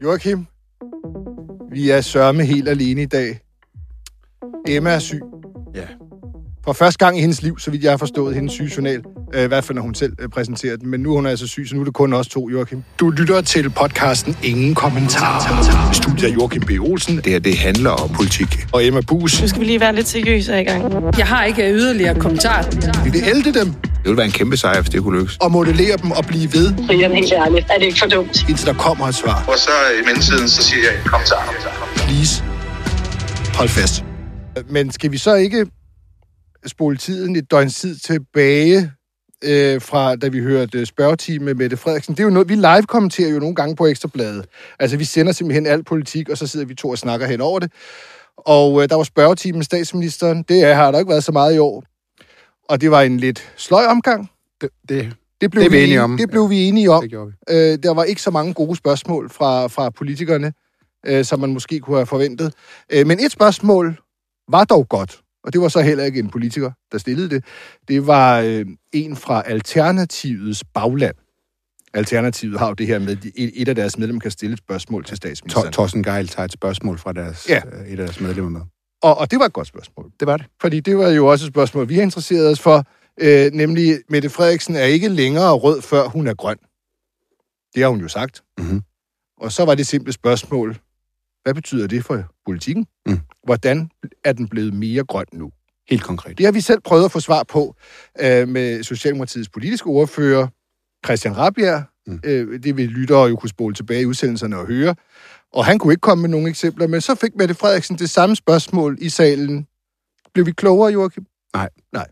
Joachim, vi er sørme helt alene i dag. Emma er syg. Ja. For første gang i hendes liv, så vidt jeg har forstået, hendes sygejournal. I hvert fald, når hun selv præsenterer den. Men nu er hun altså syg, så nu er det kun os to, Joachim. Du lytter til podcasten Ingen Kommentarer. Studiet af Joachim B. Olsen. Det her, det handler om politik. Og Emma Buus. Nu skal vi lige være lidt seriøse i gang. Jeg har ikke yderligere kommentarer. Vi vil elde dem. Det ville være en kæmpe sejr, hvis det kunne lykkes. Og modellere dem og blive ved. Brian, helt ærligt. Er det ikke for dumt? Indtil der kommer et svar. Og så i mellemtiden, så siger jeg kommentar. Please. Hold fast. Men skal vi så ikke spole tiden et døgns tid tilbage fra, da vi hørte spørgetime med Mette Frederiksen? Det er jo noget, vi live-kommenterer jo nogle gange på Ekstrabladet. Altså, vi sender simpelthen al politik, og så sidder vi to og snakker hen over det. Og der var spørgetime med statsministeren. Det har der ikke været så meget i år. Og det var en lidt sløj omgang. Det blev vi enige om. Der var ikke så mange gode spørgsmål fra politikerne, som man måske kunne have forventet. Men et spørgsmål var dog godt. Og det var så heller ikke en politiker, der stillede det. Det var en fra Alternativets bagland. Alternativet har jo det her med, at et af deres medlemmer kan stille et spørgsmål til statsministeren. Torsten Gejl tager et spørgsmål fra et af deres medlemmer med. Og det var et godt spørgsmål. Det var det. Fordi det var jo også et spørgsmål, vi har interesseret os for. Nemlig, Mette Frederiksen er ikke længere rød, før hun er grøn. Det har hun jo sagt. Mm-hmm. Og så var det simple spørgsmål. Hvad betyder det for politikken? Hvordan er den blevet mere grøn nu? Helt konkret. Det har vi selv prøvet at få svar på med Socialdemokratiets politiske ordfører, Christian Rabjerg. Det vil lyttere jo kunne spole tilbage i udsendelserne og høre. Og han kunne ikke komme med nogle eksempler, men så fik Mette Frederiksen det samme spørgsmål i salen. Blev vi klogere, Joachim? Nej.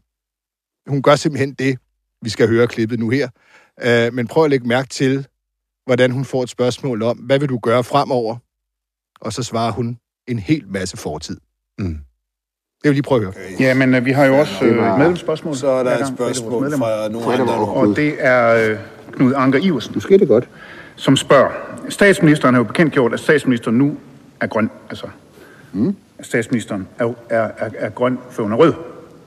Hun gør simpelthen det, vi skal høre klippet nu her. Men prøv at lægge mærke til, hvordan hun får et spørgsmål om, hvad vil du gøre fremover? Og så svarer hun en hel masse fortid. Det vil vi lige prøve at høre. Ja, men vi har jo også medlemsspørgsmål. Så er der et spørgsmål fra nogle andre. Og det er Knud Anker Iversen. Nu sker det godt. Som spørger. Statsministeren har jo bekendtgjort, at statsministeren nu er grøn. Altså, at statsministeren er grøn, før hun er rød.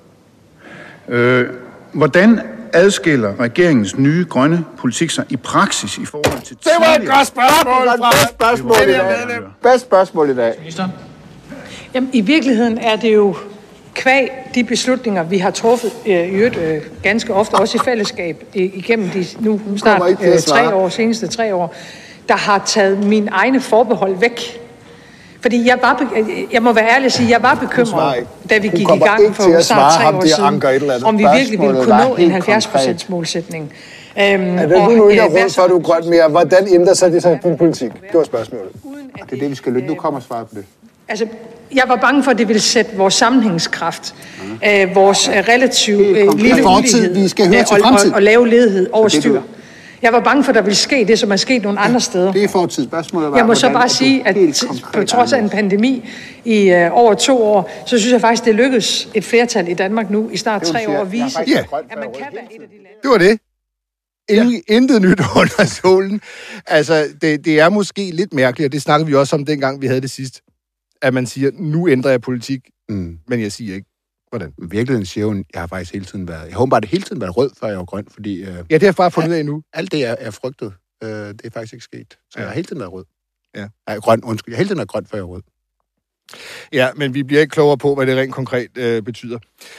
Hvordan adskiller regeringens nye grønne politik sig i praksis i forhold til Det var et godt spørgsmål fra Bedst spørgsmål i dag. Jamen, i virkeligheden er det jo kvæg de beslutninger, vi har truffet ganske ofte, også i fællesskab, igennem de nu snart 3 år, der har taget mine egne forbehold væk. Fordi jeg må være ærlig at sige, jeg var bekymret, da vi gik i gang for snart 3 år siden, om vi virkelig ville kunne nå en 70% målsætning. Er det nu ikke råd for, at du er grøn mere? Hvordan ændrer sig det så på politik? Det var spørgsmålet. Det er det, vi skal lytte. Nu kommer svaret på det. Altså, jeg var bange for, at det ville sætte vores sammenhængskraft, vores relativt lille ulighed og lave ledighed over styr. Jeg var bange for, at der ville ske det, som er sket nogle andre steder. Det er fortid. Spørgsmålet var, jeg må så bare sige, at på trods af en pandemi i over 2 år, så synes jeg faktisk, det lykkedes et flertal i Danmark nu i snart 3 år at vise, at man kan være et af de lande. Det var det. Intet nyt under solen. Altså, det er måske lidt mærkeligt, og det snakkede vi også om dengang, vi havde det sidst, at man siger, nu ændrer jeg politik, men jeg siger ikke, hvordan. I virkeligheden siger hun, jeg har faktisk hele tiden været... Jeg håber bare, det hele tiden været rød, før jeg var grøn, fordi... Ja, det har jeg bare fundet ud af nu. Alt det er frygtet. Det er faktisk ikke sket. Så jeg har hele tiden været rød. Ja. Jeg har hele tiden været grøn, før jeg var rød. Ja, men vi bliver ikke klogere på, hvad det rent konkret betyder.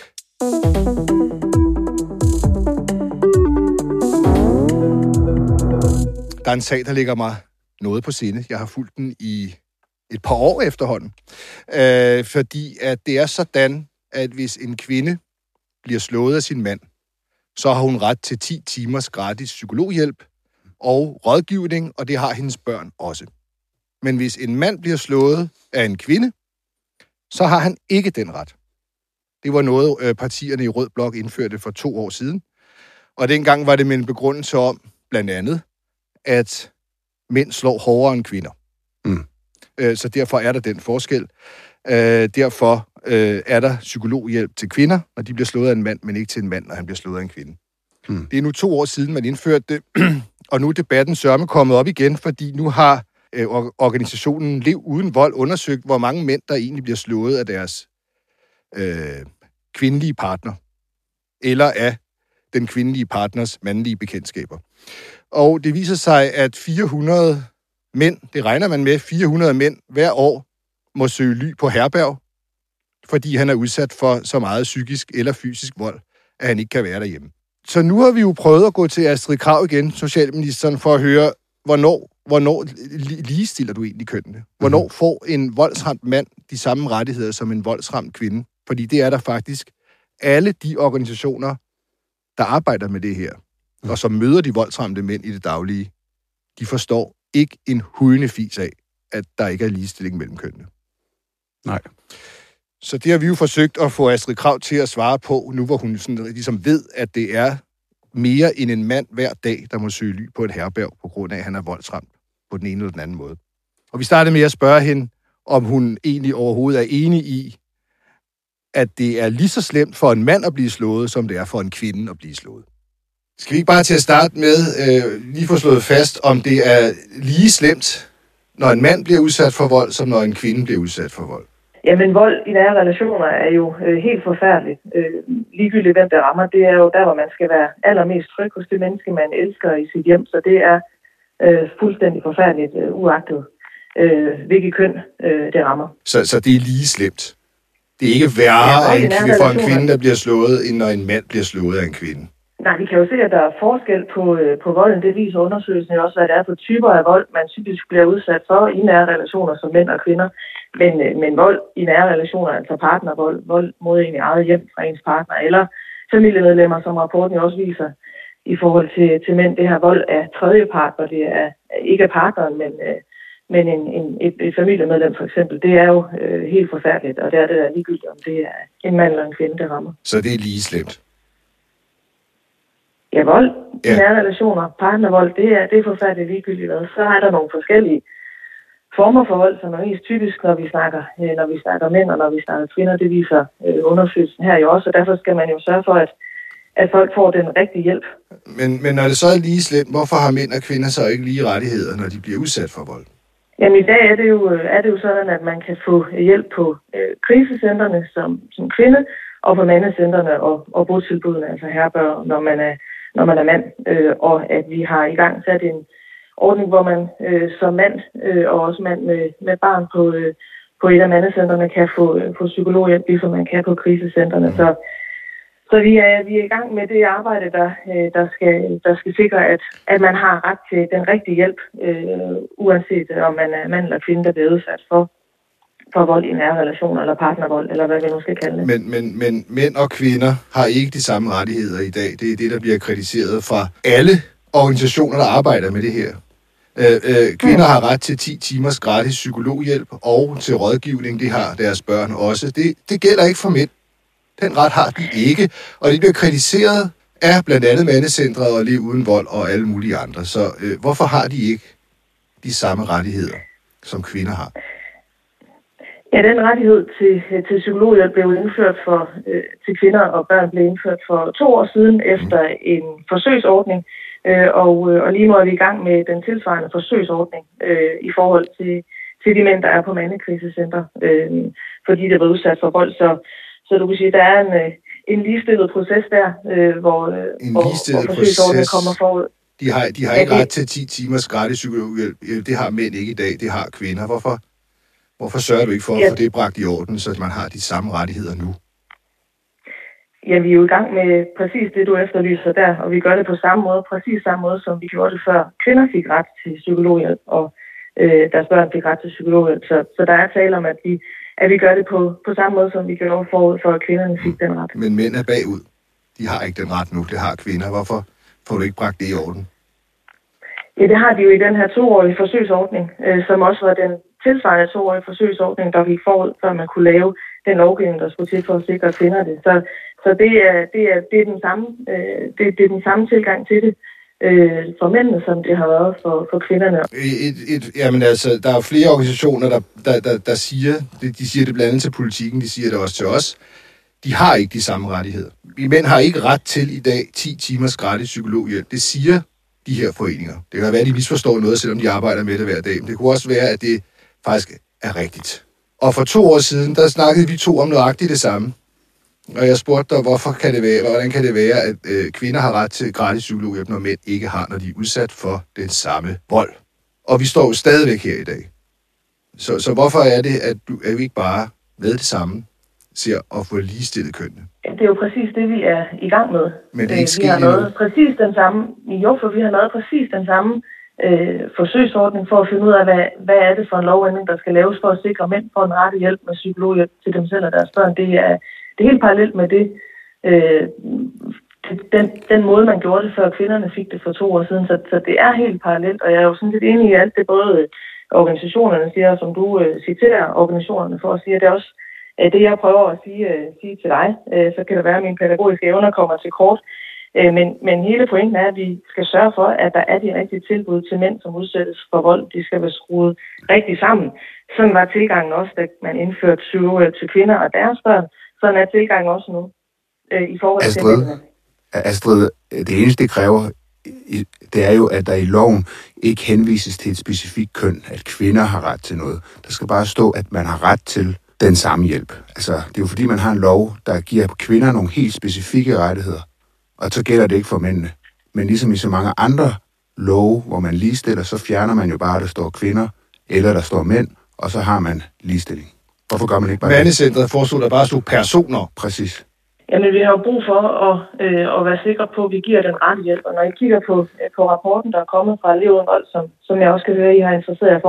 Der er en sag, der ligger mig noget på sinde. Jeg har fulgt den i et par år efterhånden. Fordi at det er sådan, at hvis en kvinde bliver slået af sin mand, så har hun ret til 10 timers gratis psykologhjælp og rådgivning, og det har hendes børn også. Men hvis en mand bliver slået af en kvinde, så har han ikke den ret. Det var noget, partierne i Rød Blok indførte for 2 år siden. Og dengang var det med en begrundelse om, blandt andet, at mænd slår hårdere end kvinder. Så derfor er der den forskel. Derfor er der psykologhjælp til kvinder, når de bliver slået af en mand, men ikke til en mand, når han bliver slået af en kvinde. Det er nu 2 år siden, man indførte det, og nu er debatten sørme kommet op igen, fordi nu har organisationen Lev Uden Vold undersøgt, hvor mange mænd, der egentlig bliver slået af deres kvindelige partner, eller af den kvindelige partners mandlige bekendtskaber. Og det viser sig, at 400 mænd, det regner man med, 400 mænd hver år må søge ly på herberg, fordi han er udsat for så meget psykisk eller fysisk vold, at han ikke kan være derhjemme. Så nu har vi jo prøvet at gå til Astrid Krag igen, socialministeren, for at høre, hvornår ligestiller du egentlig kønnene? Hvornår får en voldsramt mand de samme rettigheder som en voldsramt kvinde? Fordi det er der faktisk alle de organisationer, der arbejder med det her, og som møder de voldsramte mænd i det daglige, de forstår ikke en hujende fis af, at der ikke er ligestilling mellem kønnene. Nej. Så det har vi jo forsøgt at få Astrid Krag til at svare på, nu hvor hun sådan ligesom ved, at det er mere end en mand hver dag, der må søge ly på et herberg, på grund af, at han er voldsramt på den ene eller den anden måde. Og vi startede med at spørge hende, om hun egentlig overhovedet er enig i, at det er lige så slemt for en mand at blive slået, som det er for en kvinde at blive slået. Skal vi ikke bare til at starte med lige få slået fast, om det er lige slemt, når en mand bliver udsat for vold, som når en kvinde bliver udsat for vold? Jamen, vold i nære relationer er jo helt forfærdeligt. Ligegyldigt hvem det rammer, det er jo der, hvor man skal være allermest tryg hos det menneske, man elsker i sit hjem. Så det er fuldstændig forfærdeligt, uagtet hvilket køn det rammer. Så det er lige slemt? Det er ikke værre for en kvinde, der bliver slået, end når en mand bliver slået af en kvinde? Nej, vi kan jo se, at der er forskel på volden. Det viser undersøgelsen jo også, hvad det er for typer af vold, man typisk bliver udsat for i nære relationer som mænd og kvinder. Men vold i nære relationer, altså partnervold, vold mod en i eget hjem fra ens partner, eller familiemedlemmer, som rapporten jo også viser i forhold til mænd. Det her vold er tredjepart, hvor det er ikke er partneren, men et familiemedlem for eksempel. Det er jo helt forfærdeligt, og det er det der ligegyldigt, om det er en mand eller en kvinde, det rammer. Så det er lige slemt? Ja, vold i nære relationer, partnervold, det er forfærdeligt ligegyldigt. Så er der nogle forskellige former for vold, som er mest typisk, når vi snakker mænd, og når vi snakker kvinder. Det viser undersøgelsen her jo også, og derfor skal man jo sørge for, at folk får den rigtige hjælp. Men når det så er lige slemt, hvorfor har mænd og kvinder så ikke lige rettigheder, når de bliver udsat for vold? Jamen i dag er det jo sådan, at man kan få hjælp på krisecentrene som kvinde, og på mandecentrene og botilbudene, altså herberg, når man er mand, og at vi har i gang sat en ordning, hvor man som mand og også mand med barn på et af mandecentrene kan få psykologhjælp, ligesom man kan på krisecentrene. Så vi er i gang med det arbejde, der skal sikre, at man har ret til den rigtige hjælp, uanset om man er mand eller kvinde, der bliver udsat for vold i nære relationer, eller partnervold, eller hvad vi nu skal kalde det. Men mænd og kvinder har ikke de samme rettigheder i dag. Det er det, der bliver kritiseret fra alle organisationer, der arbejder med det her. Kvinder har ret til 10 timers gratis psykologhjælp og til rådgivning. Det har deres børn også. Det gælder ikke for mænd. Den ret har de ikke. Og det bliver kritiseret af blandt andet Mandecentret og Liv Uden Vold og alle mulige andre. Så hvorfor har de ikke de samme rettigheder, som kvinder har? Ja, den rettighed til psykologhjælp blev indført til kvinder og børn blev indført for 2 år siden efter en forsøgsordning. Og lige nu er vi i gang med den tilsvarende forsøgsordning i forhold til de mænd, der er på mandekrisecenter, fordi det var udsat for vold. Så du kan sige, at der er en ligestillet proces der, hvor forsøgsordningen kommer forud. De har ikke ret til 10 timers gratis psykologhjælp. Det har mænd ikke i dag, det har kvinder. Hvorfor sørger du ikke for at få det bragt i orden, så man har de samme rettigheder nu? Ja, vi er jo i gang med præcis det, du efterlyser der, og vi gør det på præcis samme måde, som vi gjorde det før. Kvinder fik ret til psykologhjælp, og deres børn fik ret til psykologhjælp. Så der er tale om, at vi gør det på samme måde, som vi gjorde forud for, at kvinderne fik den ret. Men mænd er bagud. De har ikke den ret nu, det har kvinder. Hvorfor får du ikke bragt det i orden? Ja, det har de jo i den her 2-årige forsøgsordning, som også var den tilsvarende 2-årige forsøgsordning, der gik forud, før man kunne lave den lovgivning, der skulle til for at sikre kvinder det. Så det er den samme tilgang til det for mændene, som det har været for kvinderne. Jamen altså, der er flere organisationer, der siger det. De siger det blandt andet til Politikken, de siger det også til os. De har ikke de samme rettigheder. Vi mænd har ikke ret til i dag 10 timers gratis psykologhjælp. Det siger de her foreninger. Det kan være, at de misforstår noget, selvom de arbejder med det hver dag. Men det kunne også være, at det faktisk er rigtigt. Og for 2 år siden, der snakkede vi 2 om nøjagtigt det samme. Og jeg spurgte dig, hvordan kan det være, at kvinder har ret til gratis psykologhjælp, når mænd ikke har, når de er udsat for den samme vold. Og vi står jo stadigvæk her i dag. Så hvorfor er det, at vi ikke bare ved det samme ser at få ligestillet kønnene? Det er jo præcis det, vi er i gang med. Men det er ikke vi har lavet præcis den samme, for vi har lavet præcis den samme forsøgsordning for at finde ud af, hvad er det for en lovændring, der skal laves for at sikre, at mænd får en rette hjælp med psykologhjælp til dem selv og deres børn. Det er helt parallelt med det. Den måde, man gjorde det, før kvinderne fik det for 2 år siden. Så det er helt parallelt, og jeg er jo sådan lidt enig i alt det, både organisationerne siger, som du citerer organisationerne for at sige, at det er også det, jeg prøver at sige til dig. Så kan det være, at mine pædagogiske evner kommer til kort. Men hele pointen er, at vi skal sørge for, at der er de rigtige tilbud til mænd, som udsættes for vold. De skal være skruet rigtig sammen. Sådan var tilgangen også, da man indførte psykologhjælp til kvinder og deres børn. Sådan er tilgangen også nu i forhold til mændene. Astrid, det eneste, det kræver, det er jo, at der i loven ikke henvises til et specifikt køn, at kvinder har ret til noget. Der skal bare stå, at man har ret til den samme hjælp. Altså, det er jo fordi, man har en lov, der giver kvinder nogle helt specifikke rettigheder, og så gælder det ikke for mændene. Men ligesom i så mange andre love, hvor man ligestiller, så fjerner man jo bare, at der står kvinder, eller der står mænd, og så har man ligestilling. Hvorfor gør man ikke bare det? Mandecentret foreslår der bare stå personer. Præcis. Jamen, vi har jo brug for at være sikre på, at vi giver den rette hjælp. Og når I kigger på rapporten, der er kommet fra Lev uden vold, som jeg også kan høre, I har interesseret jer for,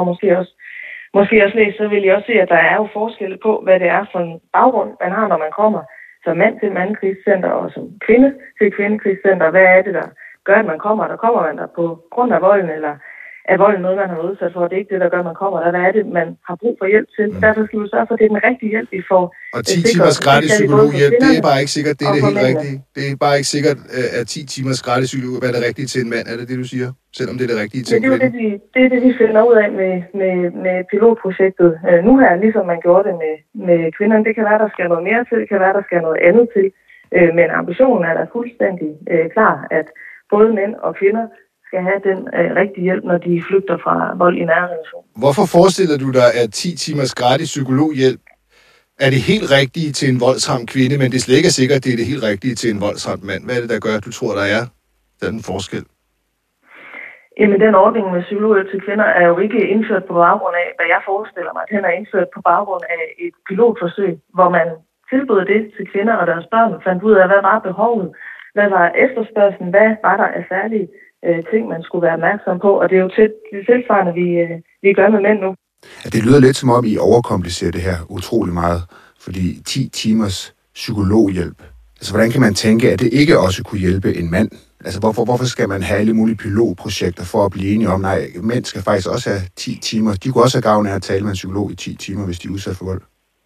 måske også læst, så vil I også se, at der er jo forskelle på, hvad det er for en baggrund, man har, når man kommer som mand til mandekrisecenter og som kvinde til kvindekrisecenter. Hvad er det, der gør, at man kommer? Der kommer man der på grund af volden, eller er volden noget, man har været udsat for? Det er ikke det, der gør, at man kommer der. Hvad er det, man har brug for hjælp til? Derfor skal vi sørge for, at det er den rigtige hjælp, vi får. Og 10 timers gratis psykologhjælp, det er bare ikke sikkert, det er det helt rigtige. Det er bare ikke sikkert, at 10 timers gratis psykolog er det rigtige til en mand. Er det det, du siger? Selvom det er det rigtige til en kvinde. Det er det, vi finder ud af med pilotprojektet. Nu her, ligesom man gjorde det med kvinderne, det kan være, der skal noget mere til, det kan være, der skal noget andet til. Men ambitionen er da fuldstændig klar, at både mænd og kvinder skal have den rigtige hjælp, når de flygter fra vold i nære relationer. Hvorfor forestiller du dig, at 10 timers gratis psykologhjælp er det helt rigtige til en voldsramt kvinde, men det slet ikke er sikkert, at det er det helt rigtige til en voldsramt mand? Hvad er det, der gør, at du tror, der er den forskel? Jamen, den ordning med psykologhjælp til kvinder er jo ikke indført på baggrund af, hvad jeg forestiller mig. Den er indført på baggrund af et pilotforsøg, hvor man tilbød det til kvinder og deres børn, og fandt ud af, hvad var behovet, hvad var efterspørgslen, hvad var der af særlige ting, man skulle være opmærksom på, og det er jo det tilsvarende, vi gør med mænd nu. Ja, det lyder lidt som om, I overkomplicerer det her utrolig meget, fordi 10 timers psykologhjælp. Altså, hvordan kan man tænke, at det ikke også kunne hjælpe en mand? Altså, hvorfor skal man have alle mulige pilotprojekter for at blive enige om, nej, mænd skal faktisk også have 10 timer. De kunne også have gavn af at tale med en psykolog i 10 timer, hvis de er udsat for vold.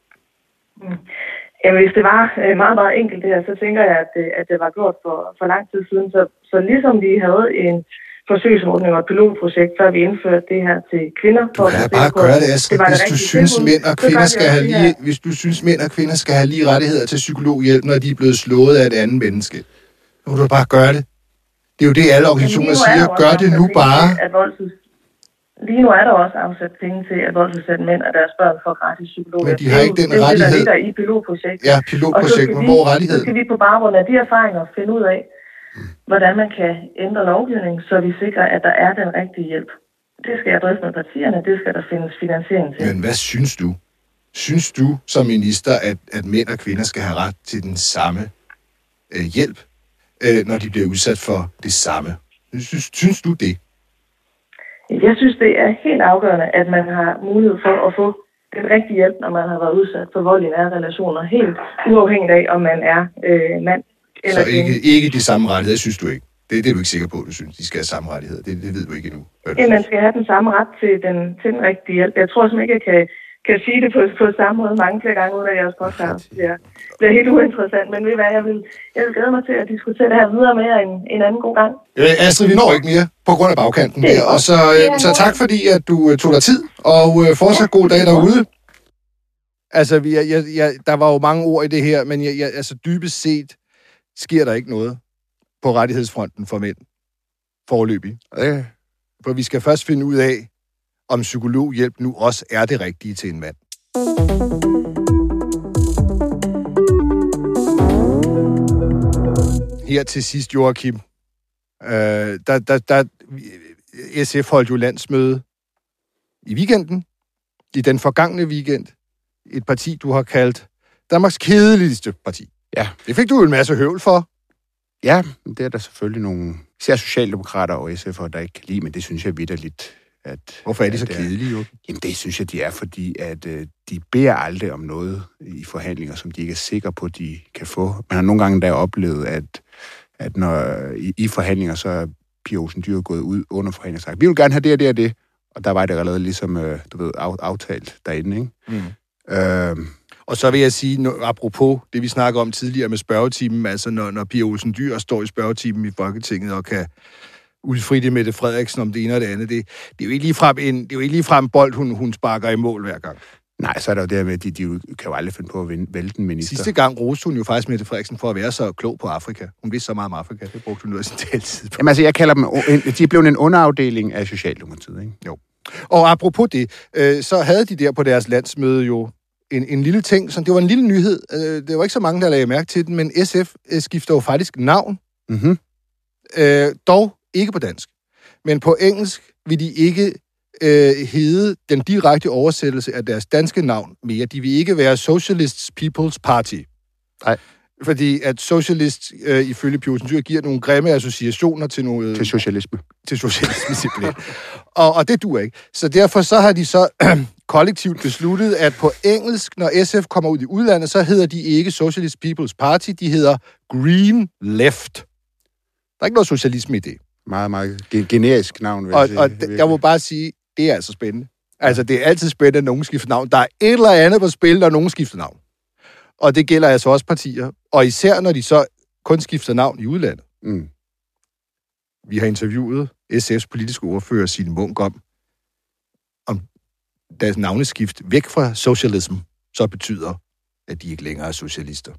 Jamen, hvis det var meget, meget enkelt det her, så tænker jeg, at det var gjort for lang tid siden. Så ligesom vi havde en forsøgsordning og et pilotprojekt, før vi indførte det her til kvinder. Du kan bare gøre det, Astrid. Hvis du synes, mænd og kvinder skal have lige, hvis du synes, mænd og kvinder skal have lige rettigheder til psykologhjælp, når de er blevet slået af et andet menneske, så må du bare gøre det. Det er jo det, alle organisationer siger. Gør det nu bare. Lige nu er der også afsat penge til, at voldsudsatte mænd og deres børn får gratis psykologhjælp. Men de har ikke den rettighed. Det ligger i pilotprojektet. Ja, pilotprojekt, men hvor er rettigheden? Så skal vi på baggrund af de erfaringer finde ud af, hvordan man kan ændre lovgivningen, så vi sikrer, at der er den rigtige hjælp. Det skal jeg drøfte med partierne, det skal der findes finansiering til. Men hvad synes du? Synes du som minister, at mænd og kvinder skal have ret til den samme hjælp, når de bliver udsat for det samme? Synes du det? Jeg synes, det er helt afgørende, at man har mulighed for at få den rigtige hjælp, når man har været udsat for vold i nære relationer, helt uafhængigt af, om man er mand eller kvinde. Så ikke de samme rettigheder, synes du ikke? Det er du ikke sikker på, du synes, de skal have samme rettigheder. Det ved du ikke endnu. Man skal have den samme ret til den rigtige hjælp. Jeg tror simpelthen ikke, jeg kan sige det på samme måde mange flere gange, uden at jeres podcast bliver helt uinteressant. Men ved hvad, jeg vil glæde mig til at diskutere det her videre med jer en anden god gang. Astrid, vi når ikke mere på grund af bagkanten der. Og så tak fordi, at du tog dig tid, og fortsat god dag derude. Altså, der var jo mange ord i det her, men altså dybest set sker der ikke noget på rettighedsfronten for mænd foreløbig. Ja. For vi skal først finde ud af, om psykologhjælp nu også er det rigtige til en mand. Her til sidst, Joachim. SF holdt jo landsmøde i weekenden, i den forgangne weekend, et parti, du har kaldt Danmarks kedeligste parti. Ja. Det fik du jo en masse høvl for. Ja, det er der selvfølgelig nogle, især socialdemokrater og SF'ere, der ikke kan lide, men det synes jeg vitterligt, at... Hvorfor er de så kedelige, jo? Jamen, det synes jeg, de er, fordi at de beder aldrig om noget i forhandlinger, som de ikke er sikre på, de kan få. Man har nogle gange der oplevet, at når i forhandlinger, så er Pia Olsen Dyhr gået ud under forhandlinger og sagt, vi vil gerne have det og det og det, og der var det allerede ligesom, aftalt derinde, ikke? Mm. Og så vil jeg sige, apropos det, vi snakker om tidligere med spørgetimen, altså når Pia Olsen Dyhr står i spørgetimen i Folketinget og kan udfri det Mette Frederiksen om det ene og det andet, det er jo ikke ligefrem en bold, hun sparker i mål hver gang. Nej, så er der jo det med, at de kan jo aldrig finde på at vælte en minister. Sidste gang roste hun jo faktisk Mette Frederiksen for at være så klog på Afrika. Hun vidste så meget om Afrika, det brugte hun noget af sin taletid på. Jamen altså, jeg kalder dem, de er blevet en underafdeling af Socialdemokratiet, ikke? Jo. Og apropos det, så havde de der på deres landsmøde jo en lille ting, så det var en lille nyhed. Det var ikke så mange, der lagde mærke til den, men SF skifter jo faktisk navn. Mm-hmm. Dog ikke på dansk. Men på engelsk vil de ikke hedde den direkte oversættelse af deres danske navn mere. De vil ikke være Socialist People's Party. Nej. Fordi at socialist, ifølge Pia Olsen Dyhr, giver nogle grimme associationer til noget... Til socialisme. Til socialisme, simpelthen. og det duer ikke. Så derfor så har de så kollektivt besluttet, at på engelsk, når SF kommer ud i udlandet, så hedder de ikke Socialist People's Party, de hedder Green Left. Der er ikke noget socialisme i det. Meget, meget generisk navn, vil jeg sige. Og jeg må bare sige, det er altså spændende. Altså, det er altid spændende, at nogen skifter navn. Der er et eller andet på spil, når nogen skifter navn. Og det gælder altså også partier. Og især, når de så kun skifter navn i udlandet. Mm. Vi har interviewet SF's politiske ordfører, Signe Munk, om deres navneskift væk fra socialism, så betyder, at de ikke længere er socialister.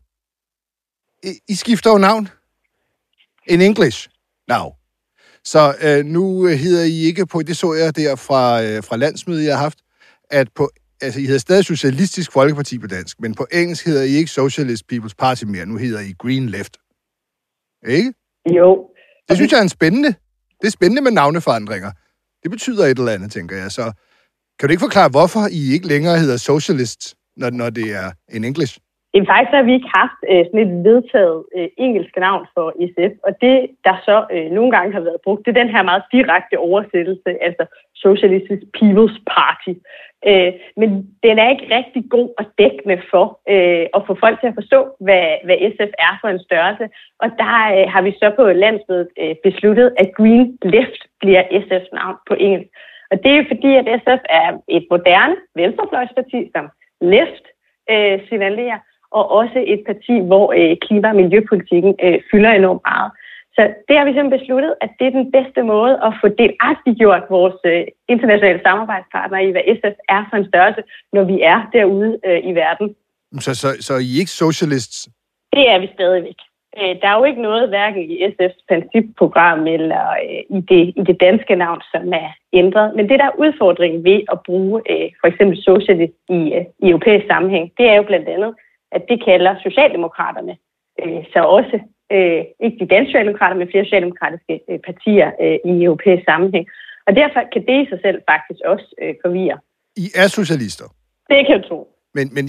I skifter jo navn. In English. Now. Så nu hedder I ikke på, det så jeg der fra landsmødet, jeg har haft, at I hedder stadig Socialistisk Folkeparti på dansk, men på engelsk hedder I ikke Socialist People's Party mere, nu hedder I Green Left. Ikke? Jo. Det synes jeg er spændende. Det er spændende med navneforandringer. Det betyder et eller andet, tænker jeg. Så kan du ikke forklare, hvorfor I ikke længere hedder Socialist, når det er in English? Faktisk har vi ikke haft sådan et vedtaget engelsk navn for SF, og det, der så nogle gange har været brugt, det er den her meget direkte oversættelse, altså Socialistisk People's Party. Men den er ikke rigtig god og dækkende for at få folk til at forstå, hvad SF er for en størrelse. Og der har vi så på landsmødet besluttet, at Green Left bliver SF's navn på engelsk. Og det er fordi, at SF er et moderne venstrefløjsparti, som Left signalerer, og også et parti, hvor klima- og miljøpolitikken fylder enormt meget. Så det har vi simpelthen besluttet, at det er den bedste måde at få delagtiggjort vores internationale samarbejdspartnere i, hvad SF er for en størrelse, når vi er derude i verden. Så I er ikke socialists? Det er vi stadigvæk. Der er jo ikke noget, hverken i SF's principprogram eller i det danske navn, som er ændret. Men det, der er udfordringen ved at bruge for eksempel socialist i europæisk sammenhæng, det er jo blandt andet, at det kalder Socialdemokraterne så også, ikke de danske socialdemokrater, men flere socialdemokratiske partier i europæisk sammenhæng. Og derfor kan det i sig selv faktisk også forvirre. I er socialister? Det kan jeg tro. Men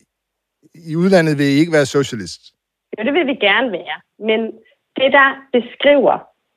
i udlandet vil I ikke være socialist? Jo, det vil vi gerne være. Men det, der beskriver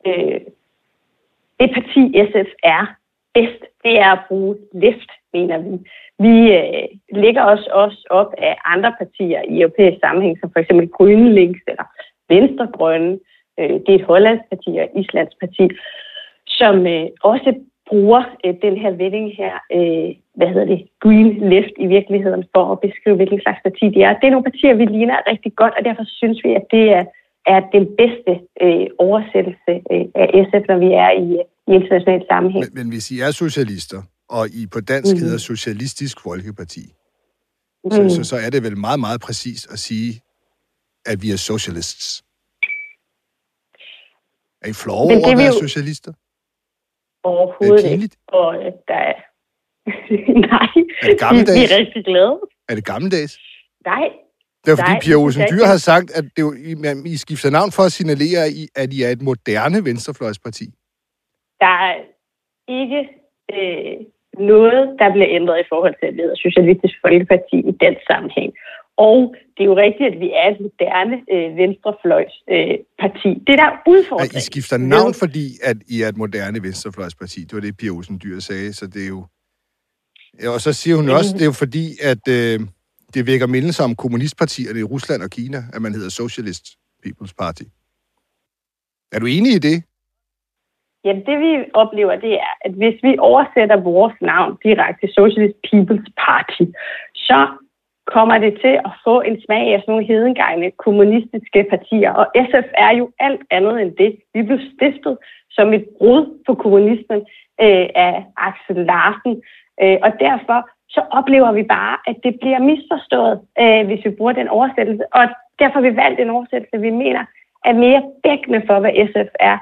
det parti SF er bedst, det er at bruge left, mener vi. Vi ligger også op af andre partier i europæisk sammenhæng, som for eksempel Grønne Links eller Venstre Grønne. Det er et hollandsk parti og Islands parti, som også bruger den her vending her, Green Left i virkeligheden, for at beskrive, hvilken slags parti de er. Det er nogle partier, vi ligner rigtig godt, og derfor synes vi, at det er den bedste oversættelse af SF, når vi er i international sammenhæng. Men hvis I er socialister, og I på dansk hedder Socialistisk Folkeparti, så er det vel meget, meget præcist at sige, at vi er socialists. Er I flove over at være socialister? Overhovedet ikke. Og der er... Nej, er det gammeldags? Vi er rigtig glade. Er det gammeldags? Nej. Det er fordi Pia Olsen Dyhr har sagt, at I skifter navn for at signalere, at I er et moderne venstrefløjsparti. Der er ikke noget, der bliver ændret i forhold til at lede Socialistisk Folkeparti i den sammenhæng. Og det er jo rigtigt, at vi er et moderne venstrefløjsparti. Det der er udfordringen. I skifter navn, fordi at I er et moderne venstrefløjsparti. Det var det, Pia Olsen Dyhr sagde, så det er jo... Og så siger hun også, det er jo fordi, at det vækker mindelser om kommunistpartierne i Rusland og Kina, at man hedder Socialist People's Party. Er du enig i det? Jamen, det vi oplever, det er, at hvis vi oversætter vores navn direkte til Socialist People's Party, så kommer det til at få en smag af sådan nogle hedengangne kommunistiske partier. Og SF er jo alt andet end det. Vi blev stiftet som et brud på kommunismen af Axel Larsen. Og derfor så oplever vi bare, at det bliver misforstået, hvis vi bruger den oversættelse. Og derfor har vi valgt en oversættelse, vi mener er mere dækkende for, hvad SF er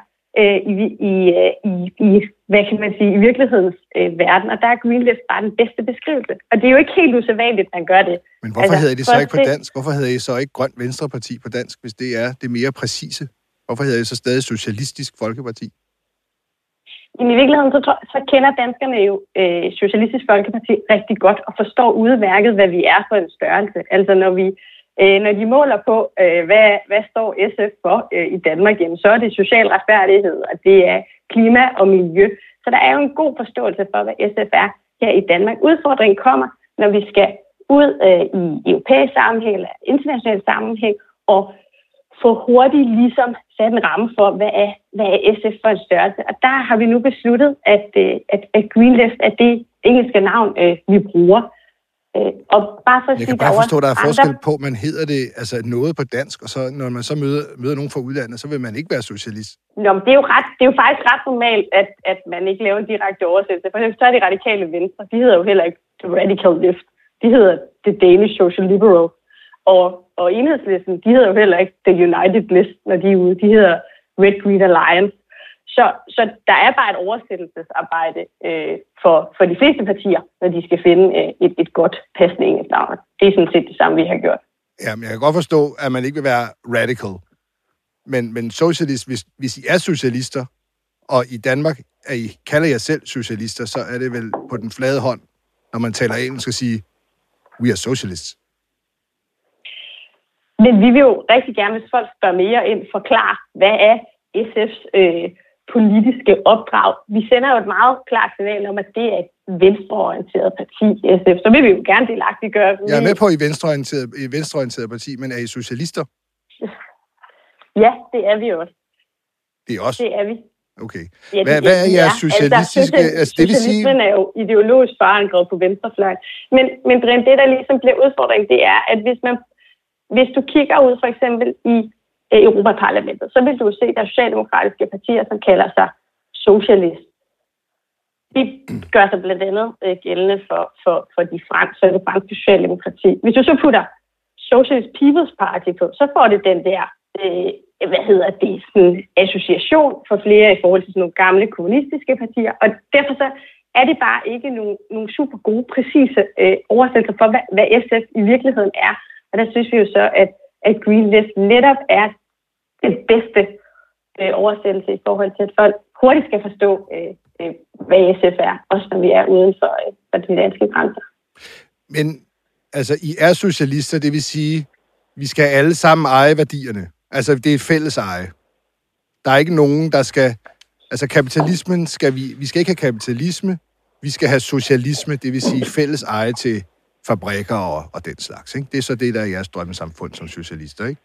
i hvad kan man sige, i virkelighedens verden. Og der er Green Left bare den bedste beskrivelse. Og det er jo ikke helt usædvanligt, at man gør det. Men hvorfor hedder I det så ikke på dansk? Hvorfor hedder I så ikke Grønt Venstreparti på dansk, hvis det er det mere præcise? Hvorfor hedder I så stadig Socialistisk Folkeparti? I virkeligheden så kender danskerne jo Socialistisk Folkeparti rigtig godt og forstår udmærket, hvad vi er for en størrelse. Altså når de måler på, hvad står SF for i Danmark, jamen, så er det social retfærdighed, og det er klima og miljø. Så der er jo en god forståelse for, hvad SF er her i Danmark. Udfordringen kommer, når vi skal ud i europæisk sammenhæng eller international sammenhæng og få hurtigt ligesom sat en ramme for, hvad er SF for en størrelse. Og der har vi nu besluttet, at Green Left er det engelske navn, vi bruger. Og bare for at jeg sige, kan bare forstå, at der er forskel på, man hedder det altså noget på dansk, og så når man så møder nogen fra udlandet, så vil man ikke være socialist. Nå, men det er jo faktisk ret normalt, at man ikke laver en direkte oversættelse. For eksempel så er det radikale venstre, de hedder jo heller ikke The Radical Left. De hedder The Danish Social Liberal. Og Enhedslisten, de hedder jo heller ikke The United List, når de er ude. De hedder Red Green Alliance. Så der er bare et oversættelsesarbejde for de fleste partier, når de skal finde et godt passende engelsk navn. Det er sådan set det samme, vi har gjort. Ja, men jeg kan godt forstå, at man ikke vil være radical. Men socialist, hvis I er socialister, og i Danmark kalder jer selv socialister, så er det vel på den flade hånd, når man taler engelsk, at sige, we are socialists. Men vi vil jo rigtig gerne, hvis folk spørger mere ind, forklare, hvad er SF's politiske opdrag. Vi sender jo et meget klart signal om, at det er et venstreorienteret parti, SF. Så vil vi jo gerne delagtiggøre. Jeg er med på, at I er venstreorienteret parti, men er I socialister? Ja, det er vi også. Det er også? Det er vi. Okay. Hvad er jeres socialistiske... Socialismen er jo ideologisk forankret på venstrefløjen. Men det, der ligesom bliver udfordringen, det er, at hvis du kigger ud for eksempel i Europaparlamentet, så vil du se, at der er socialdemokratiske partier, som kalder sig socialist. De gør sig blandt andet gældende for det franske socialdemokrati. Hvis du så putter Socialist People's Party på, så får det den der, sådan association for flere i forhold til sådan nogle gamle kommunistiske partier. Og derfor så er det bare ikke nogle super gode, præcise oversættelser for, hvad SF i virkeligheden er. Og der synes vi jo så, at Green Left netop er den bedste oversættelse i forhold til, at folk hurtigt skal forstå, hvad SF er, også når vi er uden for de danske grænser. Men altså, I er socialister, det vil sige, vi skal alle sammen eje værdierne. Altså, det er et fælles eje. Der er ikke nogen, der skal... Altså, kapitalismen skal vi skal ikke have kapitalisme, vi skal have socialisme, det vil sige fælles eje til fabrikker og den slags, ikke? Det er så det, der er jeres drømmesamfund som socialister, ikke?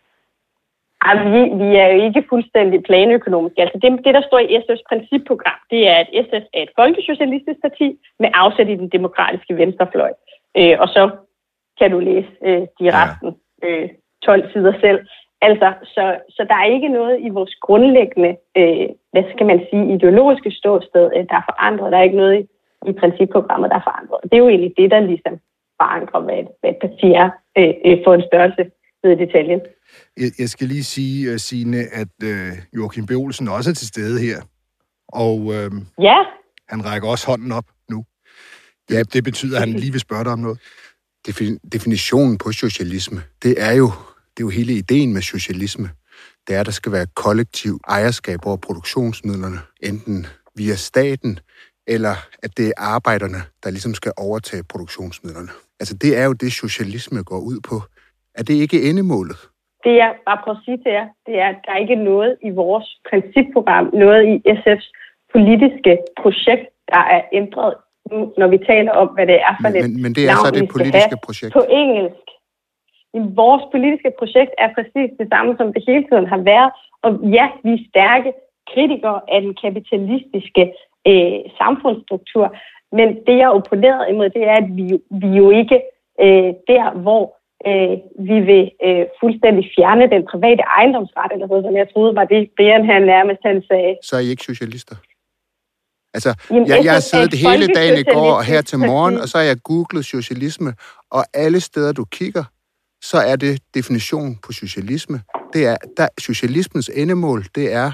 Vi er jo ikke fuldstændig planøkonomiske. Altså det, der står i SF's principprogram, det er, at SF er et folkesocialistisk parti med afsæt i den demokratiske venstrefløj. Og så kan du læse de resten 12 sider selv. Altså, så der er ikke noget i vores grundlæggende, hvad skal man sige, ideologiske ståsted, der er forandret. Der er ikke noget i principprogrammet, der er forandret. Og det er jo egentlig det, der ligesom forankrer, hvad et parti er for en størrelse i detaljen. Jeg skal lige sige, Signe, at Joachim B. Olsen også er til stede her. Og han rækker også hånden op nu. Ja, det betyder, at han lige vil spørge dig om noget. Definitionen på socialisme, det er jo hele ideen med socialisme. Det er, at der skal være kollektiv ejerskab over produktionsmidlerne, enten via staten eller at det er arbejderne, der ligesom skal overtage produktionsmidlerne. Altså, det er jo det, socialisme går ud på. Er det ikke endemålet? Det jeg bare prøver at sige til jer, det er, at der er ikke noget i vores principprogram, noget i SF's politiske projekt, der er ændret nu, når vi taler om, hvad det er for et men det er så det politiske projekt. På engelsk. Vores politiske projekt er præcis det samme, som det hele tiden har været. Og ja, vi er stærke kritikere af den kapitalistiske samfundsstruktur. Men det, jeg opponerede imod, det er, at vi jo ikke der, hvor vi vil fuldstændig fjerne den private ejendomsret, eller noget, som jeg troede var det, Brian her nærmest han sagde. Så er I ikke socialister? Altså, jeg har siddet hele dagen i går og her til morgen, og så har jeg googlet socialisme, og alle steder, du kigger, så er det definition på socialisme. Det er, socialismens endemål, det er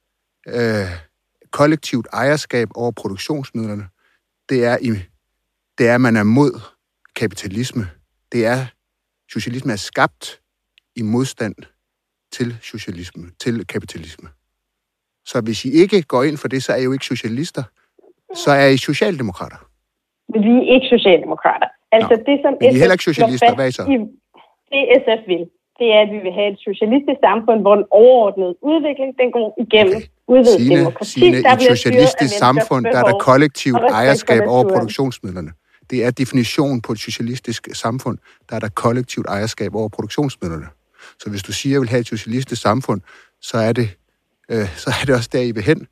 kollektivt ejerskab over produktionsmidlerne. Det er, at man er mod kapitalisme. Socialisme er skabt i modstand til socialisme, til kapitalisme. Så hvis I ikke går ind for det, så er I jo ikke socialister. Så er I socialdemokrater. Men vi er ikke socialdemokrater. Altså det, som men I er heller ikke socialister. Hvad er I så? Det SF vil, det er, at vi vil have et socialistisk samfund, hvor den overordnede udvikling, den går igennem udvidet demokrati. Signe, i et socialistisk samfund, der er der kollektivt ejerskab over produktionsmidlerne. Det er definitionen på et socialistisk samfund, der er der kollektivt ejerskab over produktionsmidlerne. Så hvis du siger, at jeg vil have et socialistisk samfund, så er det også der, I vil hen,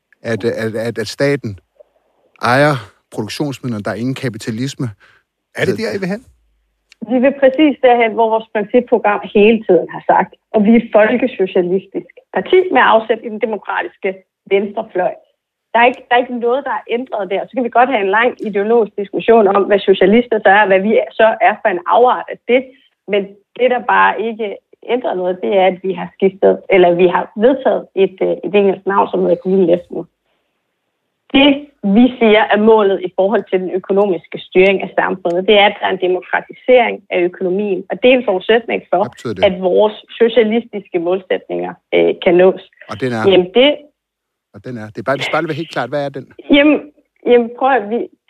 at staten ejer produktionsmidlerne, der er ingen kapitalisme. Er det der, I vil hen? Vi vil præcis derhen, hvor vores principprogram hele tiden har sagt, og vi er et folkesocialistisk parti med afsæt i den demokratiske venstrefløj. Der er ikke noget, der er ændret der. Så kan vi godt have en lang ideologisk diskussion om, hvad socialister så er, og hvad vi så er for en afart af det. Men det, der bare ikke ændrer noget, det er, at vi har skiftet, eller vi har vedtaget et engelsk navn, som hedder Green Left nu. Det, vi siger, er målet i forhold til den økonomiske styring af samfundet, det er, at der er en demokratisering af økonomien. Og det er en forudsætning for, at vores socialistiske målsætninger kan nås. Og den er? Jamen det... Og den er? Det er bare helt klart, hvad er den? Jamen prøv at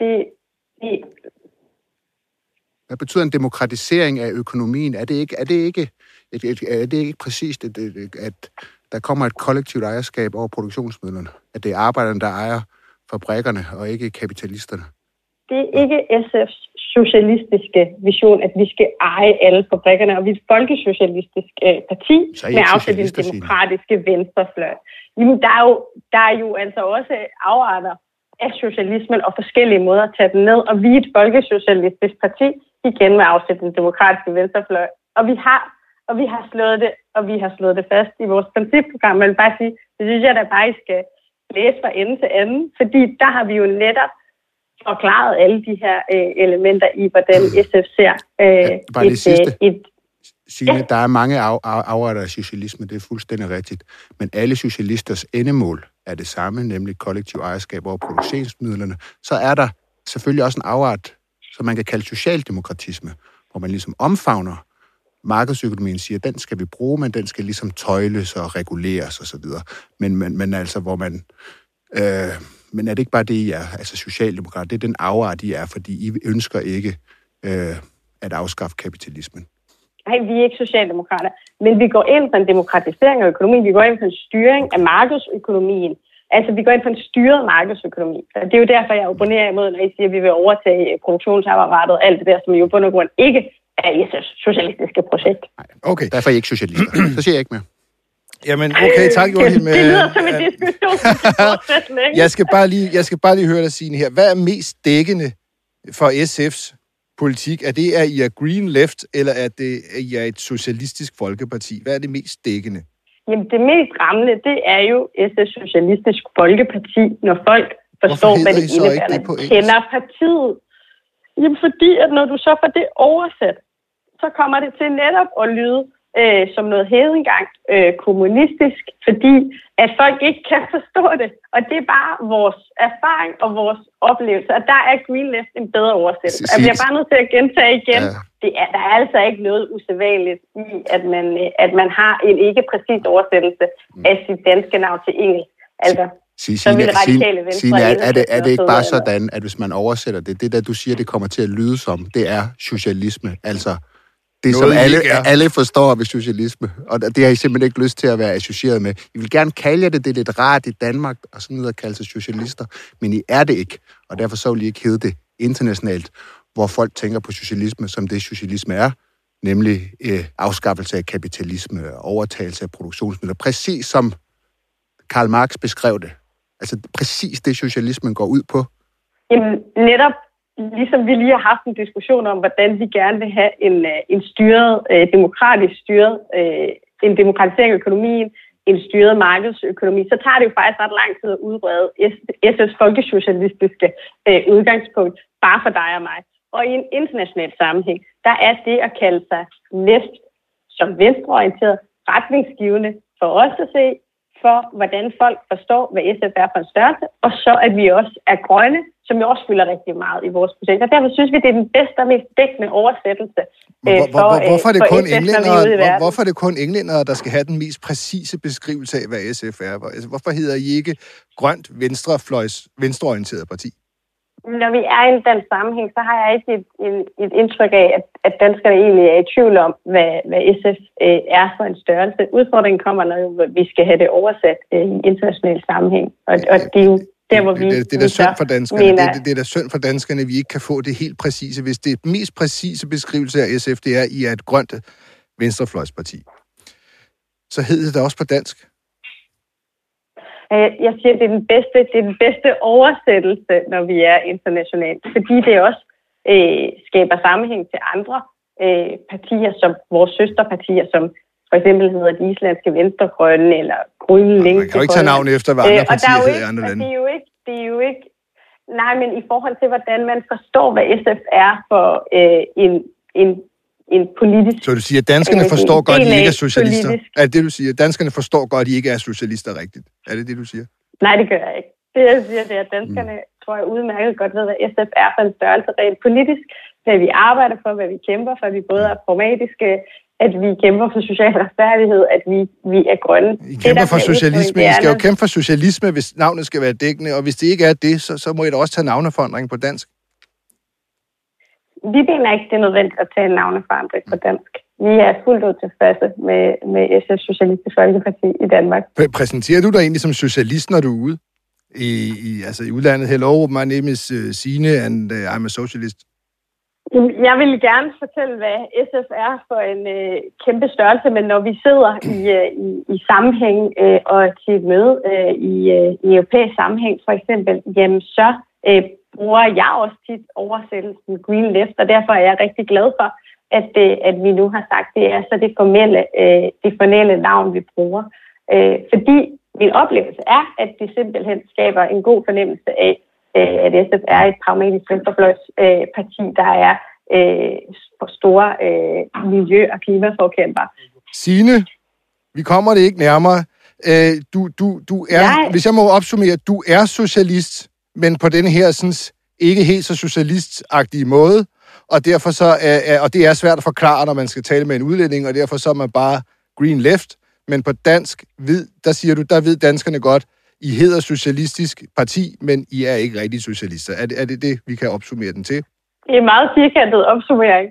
Hvad betyder en demokratisering af økonomien? Er det ikke præcist, at der kommer et kollektivt ejerskab over produktionsmidlerne? At det er arbejderne, der ejer fabrikkerne, og ikke kapitalisterne? Det er ikke SF's socialistiske vision, at vi skal eje alle fabrikkerne, og vi er et folkesocialistisk parti med afsæt i den demokratiske venstrefløj. Jamen, der er jo altså også afarter af socialismen og forskellige måder at tage den ned, og vi er et folkesocialistisk parti, igen med afsæt i den demokratiske venstrefløj. Og vi har slået det fast i vores principprogram. Jeg vil bare sige, det synes jeg, der bare skal læse fra ende til anden, fordi der har vi jo netop forklaret alle de her elementer i, hvordan SF ser Signe, der er mange afarter af socialisme, det er fuldstændig rigtigt. Men alle socialisters endemål er det samme, nemlig kollektiv ejerskab over produktionsmidlerne. Så er der selvfølgelig også en afart, som man kan kalde socialdemokratisme, hvor man ligesom omfavner markedsøkonomien, siger, den skal vi bruge, men den skal ligesom tøjles og reguleres osv. Men altså, hvor man... men er det ikke bare det, I er? Altså socialdemokrat, det er den afart, I er, fordi I ønsker ikke at afskaffe kapitalismen. Nej, vi er ikke socialdemokrater, men vi går ind for en demokratisering af økonomien, vi går ind for en styring af markedsøkonomien. Altså, vi går ind for en styret markedsøkonomi. Og det er jo derfor, jeg opponerer imod, når I siger, at vi vil overtage produktionsapparatet og alt det der, som jo på grund ikke er SF's socialistiske projekt. Nej, okay. Derfor er I ikke socialister. Så siger jeg ikke mere. Jamen, okay, tak, Joachim. Det lyder som en diskussion. Jeg skal bare lige høre dig, Signe, her. Hvad er mest dækkende for SF's politik? Er det, at I er Green Left, eller er det, at I er et socialistisk folkeparti? Hvad er det mest dækkende? Jamen, det mest rammende, det er jo SF's socialistisk folkeparti, når folk forstår, hvad det indebærer. Kender partiet. Jamen, fordi at når du så får det oversat, så kommer det til netop at lyde som noget hedengang kommunistisk, fordi at folk ikke kan forstå det. Og det er bare vores erfaring og vores oplevelse. Og der er Green Left en bedre oversættelse. Jeg bliver bare nødt til at gentage igen. Ja. Der er altså ikke noget usædvanligt i, at man har en ikke præcis oversættelse af sit danske navn til engelsk. Altså, Signe, er det ikke bare sådan, at hvis man oversætter det der du siger, det kommer til at lyde som, det er socialisme, altså det som alle forstår ved socialisme, og det har I simpelthen ikke lyst til at være associeret med. I vil gerne kalde jer det er lidt rart i Danmark, og sådan noget at kalde sig socialister, men I er det ikke, og derfor så vil I ikke hedde det internationalt, hvor folk tænker på socialisme, som det socialisme er, nemlig afskaffelse af kapitalisme og overtagelse af produktionsmidler, præcis som Karl Marx beskrev det. Altså præcis det, socialismen går ud på. Jamen, netop ligesom vi lige har haft en diskussion om, hvordan vi gerne vil have en styret, demokratisk styret, en demokratisering af økonomien, en styret markedsøkonomi, så tager det jo faktisk ret lang tid at udbrede SF's folkesocialistiske udgangspunkt, bare for dig og mig. Og i en international sammenhæng, der er det at kalde sig left som venstreorienteret retningsgivende for os at se, for hvordan folk forstår, hvad SF er for en størrelse, og så at vi også er grønne, som jo også fylder rigtig meget i vores projekt. Og derfor synes vi, det er den bedste og mest dækkende oversættelse hvorfor er det kun englændere, der skal have den mest præcise beskrivelse af, hvad SF er? Altså, hvorfor hedder I ikke grønt venstreorienteret parti? Når vi er i den sammenhæng, så har jeg ikke et indtryk af, at danskerne egentlig er i tvivl om, hvad SF er for en størrelse. Udfordringen kommer, når vi skal have det oversat i international sammenhæng. Og det er jo der, hvor vi... Det er da synd for danskerne. Det er da synd for danskerne, at vi ikke kan få det helt præcise. Hvis det mest præcise beskrivelse af SF, det er, I er et grønt venstrefløjsparti, så hedder det også på dansk. Jeg siger, at det er den bedste oversættelse, når vi er internationalt, fordi det også skaber sammenhæng til andre partier, som vores søsterpartier, som for eksempel hedder de islandske venstregrønne eller grønne længe. Man kan jo ikke tage navn efter, hvad andre partier hedder i andre lande. Det er jo ikke... Nej, men i forhold til, hvordan man forstår, hvad SF er for en politisk... Så du siger, at danskerne forstår godt, at I ikke er socialister? Er det det, du siger? Danskerne forstår godt, at I ikke er socialister rigtigt? Er det det, du siger? Nej, det gør jeg ikke. Det, jeg siger, det er, at danskerne, tror jeg, udmærket godt ved, hvad SF er for en størrelse rent politisk, hvad vi arbejder for, hvad vi kæmper for, at vi både er pragmatiske, at vi kæmper for social retfærdighed, at vi er grønne. I kæmper for socialisme. I skal jo kæmpe for socialisme, hvis navnet skal være dækkende, og hvis det ikke er det, så må I da også tage navneforandring på dansk. Vi mener ikke, det er nødvendigt at tage en navneforandring på dansk. Vi er fuldt ud tilfredse med SF Socialistisk Folkeparti i Danmark. Præsenterer du dig egentlig som socialist, når du er ude? I udlandet? Hello, my name is Signe, and I'm a socialist. Jeg vil gerne fortælle, hvad SF er for en kæmpe størrelse, men når vi sidder i sammenhæng og til et møde i europæisk sammenhæng for eksempel, jamen så bruger jeg også tit oversættelsen Green Left, og derfor er jeg rigtig glad for, at vi nu har sagt, det er så det formelle navn, vi bruger. Fordi min oplevelse er, at det simpelthen skaber en god fornemmelse af, at SF er et pragmatisk venstrefløjsparti, der er for store miljø- og klimaforkæmpere. Signe, vi kommer det ikke nærmere. Du er, hvis jeg må opsummere, du er socialist, men på den her sådan, ikke helt så socialistagtige måde, og derfor så og det er svært at forklare, når man skal tale med en udlænding, og derfor så er man bare green left, men på dansk, der siger du, der ved danskerne godt, I hedder Socialistisk Parti, men I er ikke rigtig socialister. Er det det, vi kan opsummere den til? Det er en meget firkantet opsummering.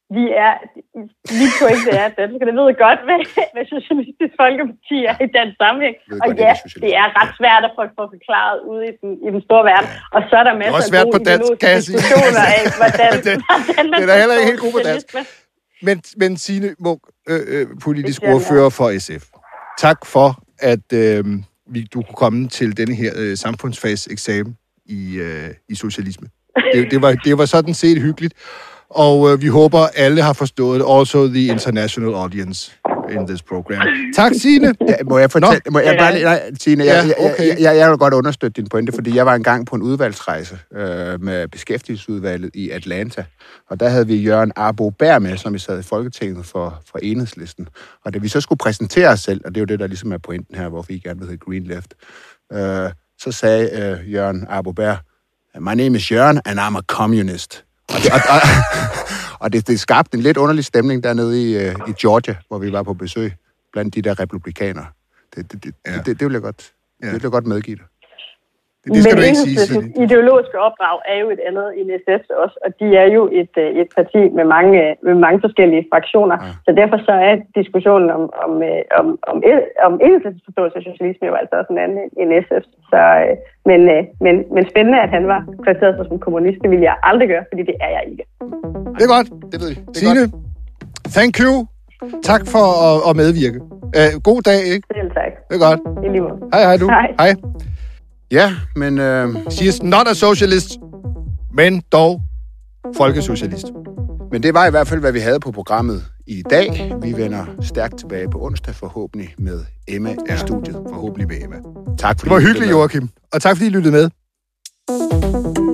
Mit pointe er, at danskerne ved godt, hvad Socialistisk Folkeparti er i den sammenhæng. Og ja, det er ret svært at få forklaret ude i den store verden. Og så er der masser af gode ideologiske diskussioner af, hvordan man det er heller ikke helt god på dansk. Men Signe Munk, politisk ordfører for SF. Tak for, at du kunne komme til denne her samfundsfagseksamen i socialisme. Det var sådan set hyggeligt. Og vi håber, alle har forstået, also the international audience in this program. Tak, Signe. Må jeg bare Signe, jeg vil godt understøtte din pointe, fordi jeg var engang på en udvalgsrejse med beskæftigelsesudvalget i Atlanta, og der havde vi Jørgen Arbo Bær med, som vi sad i Folketinget for Enhedslisten. Og da vi så skulle præsentere os selv, og det er jo det, der ligesom er pointen her, hvorfor I gerne vil hedde Green Left, så sagde Jørgen Arbo Bær, my name is Jørgen, and I'm a communist. Og det skabte en lidt underlig stemning dernede i Georgia, hvor vi var på besøg blandt de der republikanere. Det vil jeg godt medgive dig. Det skal du ikke sige, Signe. Ideologiske opdrag er jo et andet i SF også, og de er jo et parti med mange forskellige fraktioner. Ja. Så derfor så er diskussionen om Enhedslistens forståelse af socialisme jo altså også en anden end SF. Så, men spændende, at han var præsenteret som kommunist, det ville jeg aldrig gøre, fordi det er jeg ikke. Det er godt. Det ved vi. Signe, thank you. Tak for at medvirke. God dag, ikke? Selv tak. Det er godt. I lige måde. Hej du. Hej. Ja, men... She is not a socialist, men dog folkesocialist. Men det var i hvert fald, hvad vi havde på programmet i dag. Vi vender stærkt tilbage på onsdag, forhåbentlig med Emma i studiet. Forhåbentlig med Emma. Tak fordi det var hyggeligt, Joachim. Og tak fordi I lyttede med.